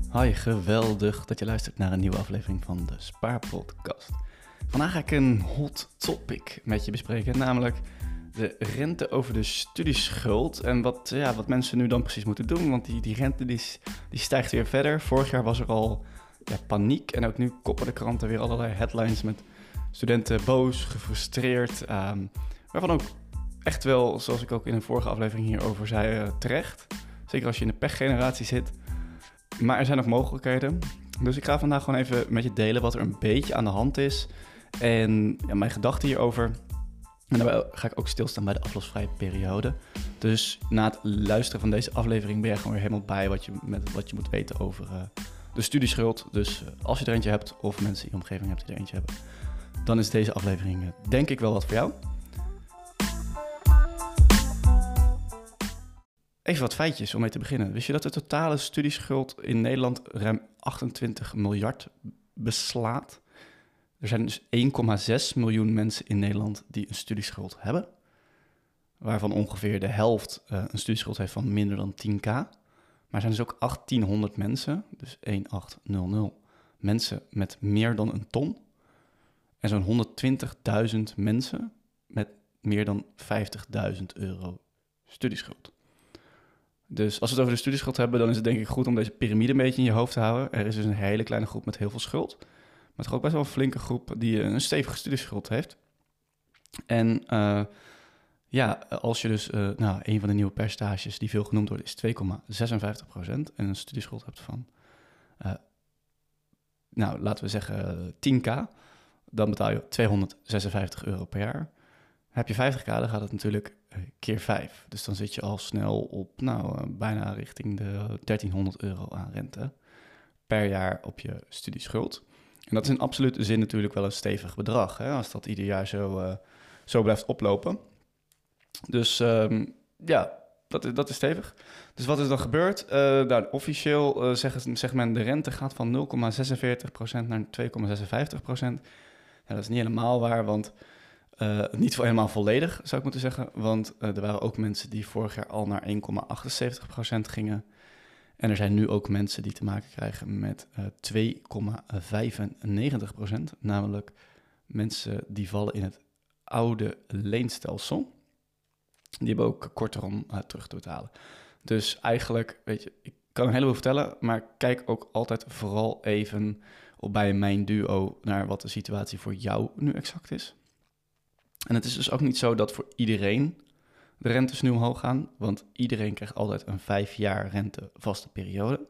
Hoi, geweldig dat je luistert naar een nieuwe aflevering van de Spaarpodcast. Vandaag ga ik een hot topic met je bespreken, namelijk de rente over de studieschuld en wat mensen nu dan precies moeten doen, want die rente die stijgt weer verder. Vorig jaar was er al paniek en ook nu koppen de kranten weer allerlei headlines met studenten boos, gefrustreerd, waarvan ook echt wel, zoals ik ook in een vorige aflevering hierover zei, terecht. Zeker als je in de pechgeneratie zit. Maar er zijn nog mogelijkheden. Dus ik ga vandaag gewoon even met je delen wat er een beetje aan de hand is. En mijn gedachten hierover. En daarbij ga ik ook stilstaan bij de aflosvrije periode. Dus na het luisteren van deze aflevering ben je gewoon weer helemaal bij wat je moet weten over de studieschuld. Dus als je er eentje hebt of mensen in je omgeving hebt die er eentje hebben, dan is deze aflevering denk ik wel wat voor jou. Even wat feitjes om mee te beginnen. Wist je dat de totale studieschuld in Nederland ruim 28 miljard beslaat? Er zijn dus 1,6 miljoen mensen in Nederland die een studieschuld hebben. Waarvan ongeveer de helft een studieschuld heeft van minder dan 10k. Maar er zijn dus ook 1800 mensen, dus 1800 mensen met meer dan een ton. En zo'n 120.000 mensen met meer dan 50.000 euro studieschuld. Dus als we het over de studieschuld hebben, dan is het denk ik goed om deze piramide een beetje in je hoofd te houden. Er is dus een hele kleine groep met heel veel schuld. Maar toch ook best wel een flinke groep die een stevige studieschuld heeft. En als je dus, een van de nieuwe percentages die veel genoemd wordt, is 2,56%. En een studieschuld hebt van, laten we zeggen 10k. Dan betaal je 256 euro per jaar. Heb je 50k, dan gaat het natuurlijk keer 5. Dus dan zit je al snel op bijna richting de 1300 euro aan rente per jaar op je studieschuld. En dat is in absolute zin natuurlijk wel een stevig bedrag, hè, als dat ieder jaar zo blijft oplopen. Dus dat is stevig. Dus wat is dan gebeurd? Officieel zegt men de rente gaat van 0,46% naar 2,56%. Dat is niet helemaal waar, want niet helemaal volledig, zou ik moeten zeggen. Want er waren ook mensen die vorig jaar al naar 1,78% gingen. En er zijn nu ook mensen die te maken krijgen met 2,95%. Namelijk mensen die vallen in het oude leenstelsel. Die hebben ook korter om terug te betalen. Dus eigenlijk, weet je, ik kan een heleboel vertellen, maar kijk ook altijd vooral even bij mijn duo naar wat de situatie voor jou nu exact is. En het is dus ook niet zo dat voor iedereen de rentes nu omhoog gaan, want iedereen krijgt altijd een 5 jaar rentevaste periode.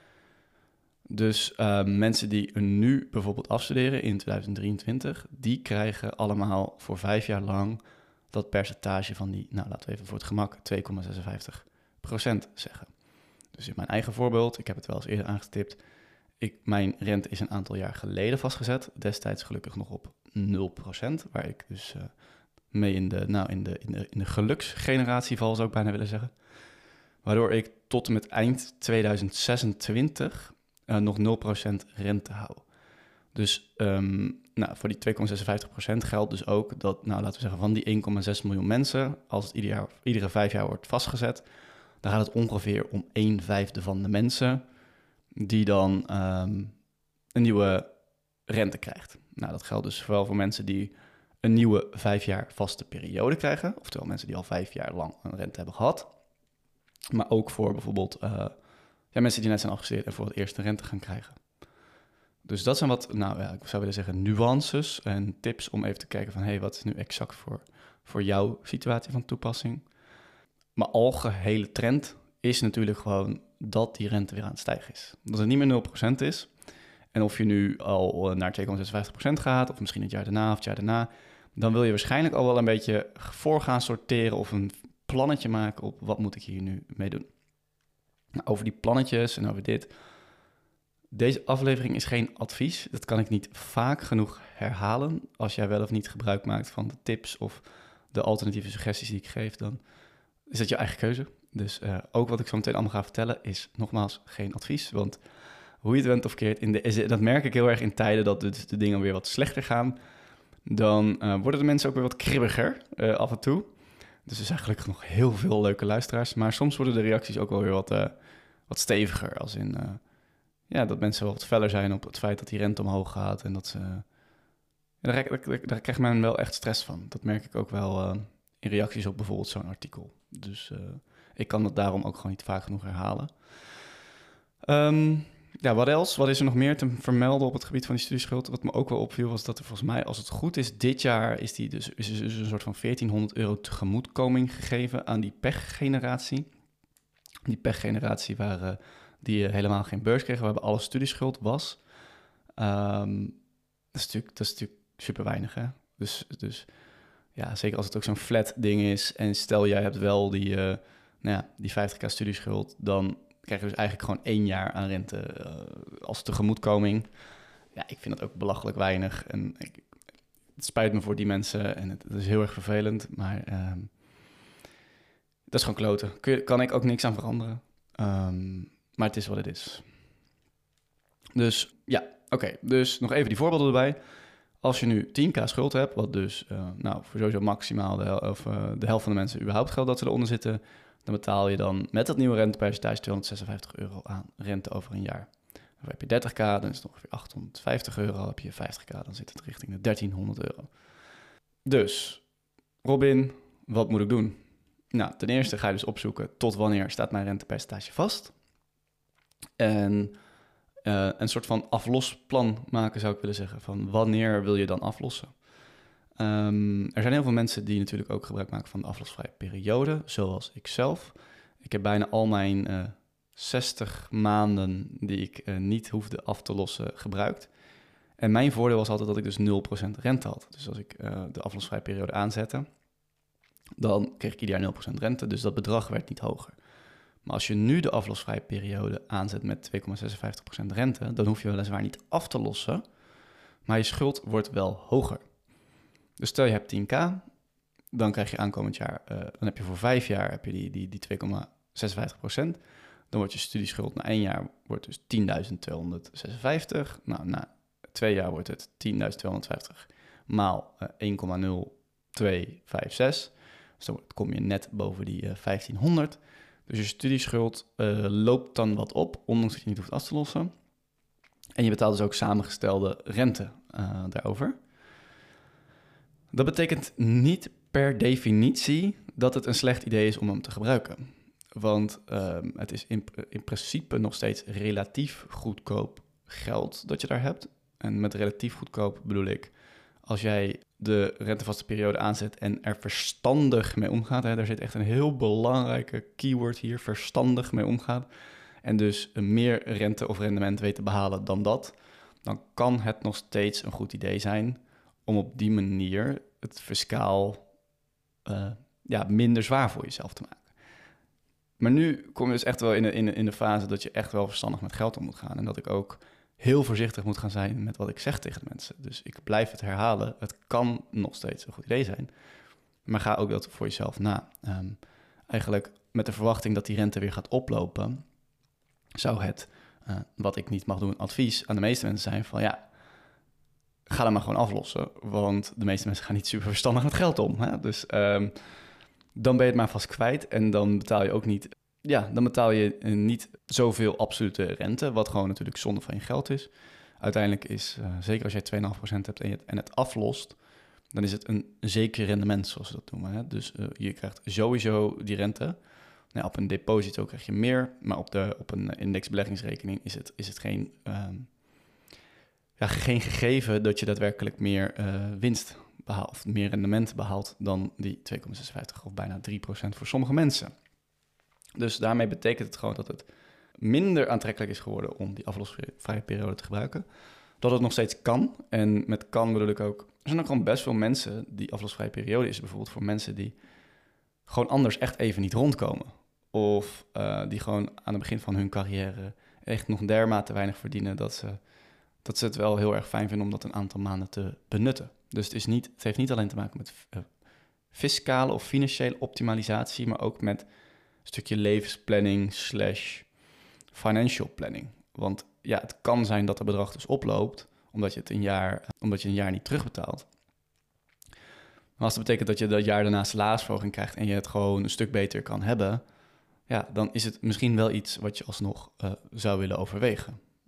Dus mensen die nu bijvoorbeeld afstuderen in 2023, die krijgen allemaal voor 5 jaar lang dat percentage van die, laten we even voor het gemak 2,56% zeggen. Dus in mijn eigen voorbeeld, ik heb het wel eens eerder aangestipt, mijn rente is een aantal jaar geleden vastgezet, destijds gelukkig nog op 0%, waar ik dus mee in de geluksgeneratie val, zou ik bijna willen zeggen. Waardoor ik tot en met eind 2026 nog 0% rente hou. Dus voor die 2,56% geldt dus ook dat, laten we zeggen, van die 1,6 miljoen mensen, als het iedere 5 jaar wordt vastgezet, dan gaat het ongeveer om 1/5 van de mensen die dan een nieuwe rente krijgt. Dat geldt dus vooral voor mensen die een nieuwe 5 jaar vaste periode krijgen. Oftewel mensen die al 5 jaar lang een rente hebben gehad. Maar ook voor bijvoorbeeld mensen die net zijn afgestudeerd en voor het eerst een rente gaan krijgen. Dus dat zijn wat, ik zou willen zeggen, nuances en tips om even te kijken van, wat is nu exact voor jouw situatie van toepassing. Maar algehele trend is natuurlijk gewoon dat die rente weer aan het stijgen is. Dat het niet meer 0% is. En of je nu al naar 2,56% gaat, of misschien het jaar daarna of het jaar daarna, dan wil je waarschijnlijk al wel een beetje voor gaan sorteren of een plannetje maken op wat moet ik hier nu mee doen. Over die plannetjes en over dit. Deze aflevering is geen advies. Dat kan ik niet vaak genoeg herhalen. Als jij wel of niet gebruik maakt van de tips of de alternatieve suggesties die ik geef, dan is dat je eigen keuze. Dus ook wat ik zo meteen allemaal ga vertellen is nogmaals geen advies. Want hoe je het went of keert, dat merk ik heel erg in tijden dat de dingen weer wat slechter gaan. Dan worden de mensen ook weer wat kribbiger af en toe. Dus er zijn gelukkig nog heel veel leuke luisteraars. Maar soms worden de reacties ook wel weer wat steviger. Als in, dat mensen wel wat feller zijn op het feit dat die rente omhoog gaat. En dat ze... Daar krijgt men wel echt stress van. Dat merk ik ook wel in reacties op bijvoorbeeld zo'n artikel. Dus ik kan dat daarom ook gewoon niet vaak genoeg herhalen. Wat else? Wat is er nog meer te vermelden op het gebied van die studieschuld? Wat me ook wel opviel was dat er volgens mij, als het goed is, dit jaar is dus een soort van €1400 tegemoetkoming gegeven aan die pechgeneratie. Die pechgeneratie waren die helemaal geen beurs kregen, waar alle studieschuld was. Dat is natuurlijk super weinig, hè? Dus ja, zeker als het ook zo'n flat ding is. En stel jij hebt wel die 50k studieschuld, dan krijg je dus eigenlijk gewoon 1 jaar aan rente als tegemoetkoming. Ja, ik vind dat ook belachelijk weinig. En het spijt me voor die mensen en het is heel erg vervelend, maar dat is gewoon kloten. Kan ik ook niks aan veranderen. Maar het is wat het is. Dus ja, oké. Dus nog even die voorbeelden erbij. Als je nu 10k schuld hebt, wat dus voor sowieso maximaal de helft van de mensen überhaupt geldt dat ze eronder zitten, dan betaal je dan met dat nieuwe rentepercentage €256 aan rente over een jaar. Dan heb je 30k, dan is het ongeveer €850. Heb je 50k, dan zit het richting de €1300. Dus, Robin, wat moet ik doen? Nou, ten eerste ga je dus opzoeken tot wanneer staat mijn rentepercentage vast. En een soort van aflosplan maken, zou ik willen zeggen. Van wanneer wil je dan aflossen? Er zijn heel veel mensen die natuurlijk ook gebruik maken van de aflosvrije periode, zoals ik zelf. Ik heb bijna al mijn 60 maanden die ik niet hoefde af te lossen gebruikt. En mijn voordeel was altijd dat ik dus 0% rente had. Dus als ik de aflosvrije periode aanzette, dan kreeg ik ieder jaar 0% rente, dus dat bedrag werd niet hoger. Maar als je nu de aflosvrije periode aanzet met 2,56% rente, dan hoef je weliswaar niet af te lossen, maar je schuld wordt wel hoger. Dus stel je hebt 10k, dan krijg je aankomend jaar, dan heb je voor 5 jaar heb je die 2,56%. Dan wordt je studieschuld na 1 jaar wordt dus 10.256. Nou, na 2 jaar wordt het 10.250 maal 1,0256. Dus dan kom je net boven die 1500. Dus je studieschuld loopt dan wat op, ondanks dat je niet hoeft af te lossen. En je betaalt dus ook samengestelde rente daarover. Dat betekent niet per definitie dat het een slecht idee is om hem te gebruiken. Want het is in principe nog steeds relatief goedkoop geld dat je daar hebt. En met relatief goedkoop bedoel ik, als jij de rentevaste periode aanzet en er verstandig mee omgaat, daar zit echt een heel belangrijke keyword hier, verstandig mee omgaat, en dus meer rente of rendement weet te behalen dan dat, dan kan het nog steeds een goed idee zijn om op die manier het fiscaal minder zwaar voor jezelf te maken. Maar nu kom je dus echt wel in de fase dat je echt wel verstandig met geld om moet gaan. En dat ik ook heel voorzichtig moet gaan zijn met wat ik zeg tegen de mensen. Dus ik blijf het herhalen. Het kan nog steeds een goed idee zijn. Maar ga ook dat voor jezelf na. Eigenlijk met de verwachting dat die rente weer gaat oplopen, zou het, wat ik niet mag doen, advies aan de meeste mensen zijn van ga dan maar gewoon aflossen. Want de meeste mensen gaan niet super verstandig met geld om. Hè? Dus dan ben je het maar vast kwijt en dan betaal je ook niet... Ja, dan betaal je niet zoveel absolute rente, wat gewoon natuurlijk zonde van je geld is. Uiteindelijk is, zeker als jij 2,5% hebt en het aflost, dan is het een zeker rendement, zoals we dat noemen. Hè? Dus je krijgt sowieso die rente. Nou, op een deposito krijg je meer, maar op een indexbeleggingsrekening is het geen gegeven dat je daadwerkelijk meer winst behaalt, of meer rendement behaalt dan die 2,56 of bijna 3% voor sommige mensen. Dus daarmee betekent het gewoon dat het minder aantrekkelijk is geworden om die aflosvrije periode te gebruiken. Dat het nog steeds kan. En met kan bedoel ik ook, er zijn ook gewoon best veel mensen, die aflosvrije periode is bijvoorbeeld voor mensen die gewoon anders echt even niet rondkomen. Of die gewoon aan het begin van hun carrière echt nog dermate weinig verdienen dat ze het wel heel erg fijn vinden om dat een aantal maanden te benutten. Dus het heeft niet alleen te maken met fiscale of financiële optimalisatie, maar ook met een stukje levensplanning / financial planning. Want ja, het kan zijn dat het bedrag dus oploopt, omdat je een jaar niet terugbetaalt. Maar als dat betekent dat je dat jaar daarna salarisverhoging krijgt en je het gewoon een stuk beter kan hebben, ja, dan is het misschien wel iets wat je alsnog zou willen overwegen.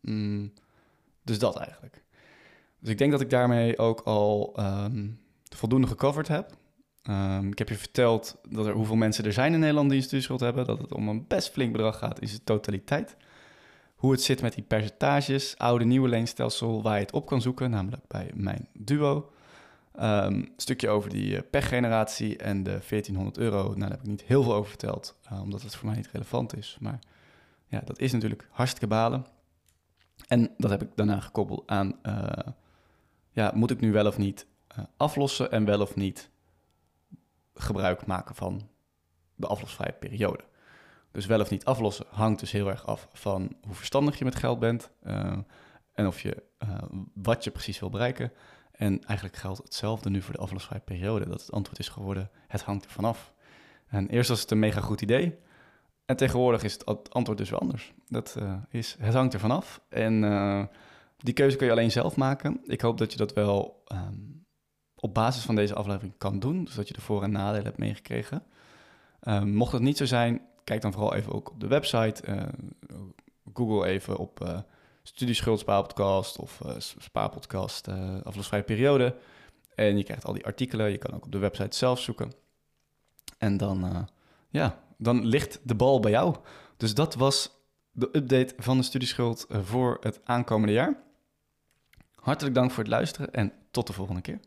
Dus dat eigenlijk. Dus ik denk dat ik daarmee ook al voldoende gecoverd heb. Ik heb je verteld hoeveel mensen er zijn in Nederland die een studieschuld hebben. Dat het om een best flink bedrag gaat in zijn totaliteit. Hoe het zit met die percentages, oude, nieuwe leenstelsel, waar je het op kan zoeken, namelijk bij mijn duo. Een stukje over die pechgeneratie en de €1400. Nou, daar heb ik niet heel veel over verteld, omdat het voor mij niet relevant is. Maar ja, dat is natuurlijk hartstikke balen. En dat heb ik daarna gekoppeld aan, moet ik nu wel of niet aflossen en wel of niet gebruik maken van de aflosvrije periode. Dus wel of niet aflossen hangt dus heel erg af van hoe verstandig je met geld bent en of je wat je precies wil bereiken. En eigenlijk geldt hetzelfde nu voor de aflosvrije periode, dat het antwoord is geworden, het hangt er vanaf. En eerst was het een mega goed idee en tegenwoordig is het antwoord dus wel anders. Dat is, het hangt er vanaf en die keuze kun je alleen zelf maken. Ik hoop dat je dat wel op basis van deze aflevering kan doen, dus dat je de voor- en nadelen hebt meegekregen. Mocht het niet zo zijn, kijk dan vooral even ook op de website. Google even op Studieschuld Spaarpodcast of Spaarpodcast aflosvrije periode. En je krijgt al die artikelen. Je kan ook op de website zelf zoeken. En dan ligt de bal bij jou. Dus dat was de update van de studieschuld voor het aankomende jaar. Hartelijk dank voor het luisteren en tot de volgende keer.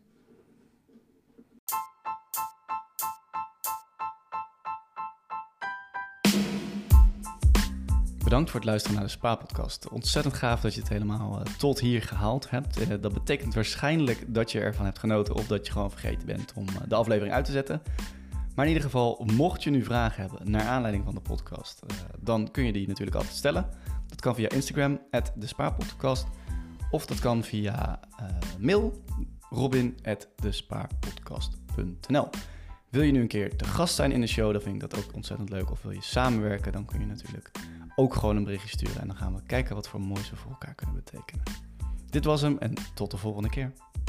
Bedankt voor het luisteren naar de Spaarpodcast. Ontzettend gaaf dat je het helemaal tot hier gehaald hebt. Dat betekent waarschijnlijk dat je ervan hebt genoten of dat je gewoon vergeten bent om de aflevering uit te zetten. Maar in ieder geval, mocht je nu vragen hebben naar aanleiding van de podcast, dan kun je die natuurlijk altijd stellen. Dat kan via Instagram, @despaarpodcast. Of dat kan via mail, robin@despaarpodcast.nl. Wil je nu een keer te gast zijn in de show, dan vind ik dat ook ontzettend leuk. Of wil je samenwerken, dan kun je natuurlijk ook gewoon een berichtje sturen. En dan gaan we kijken wat voor moois we voor elkaar kunnen betekenen. Dit was hem en tot de volgende keer.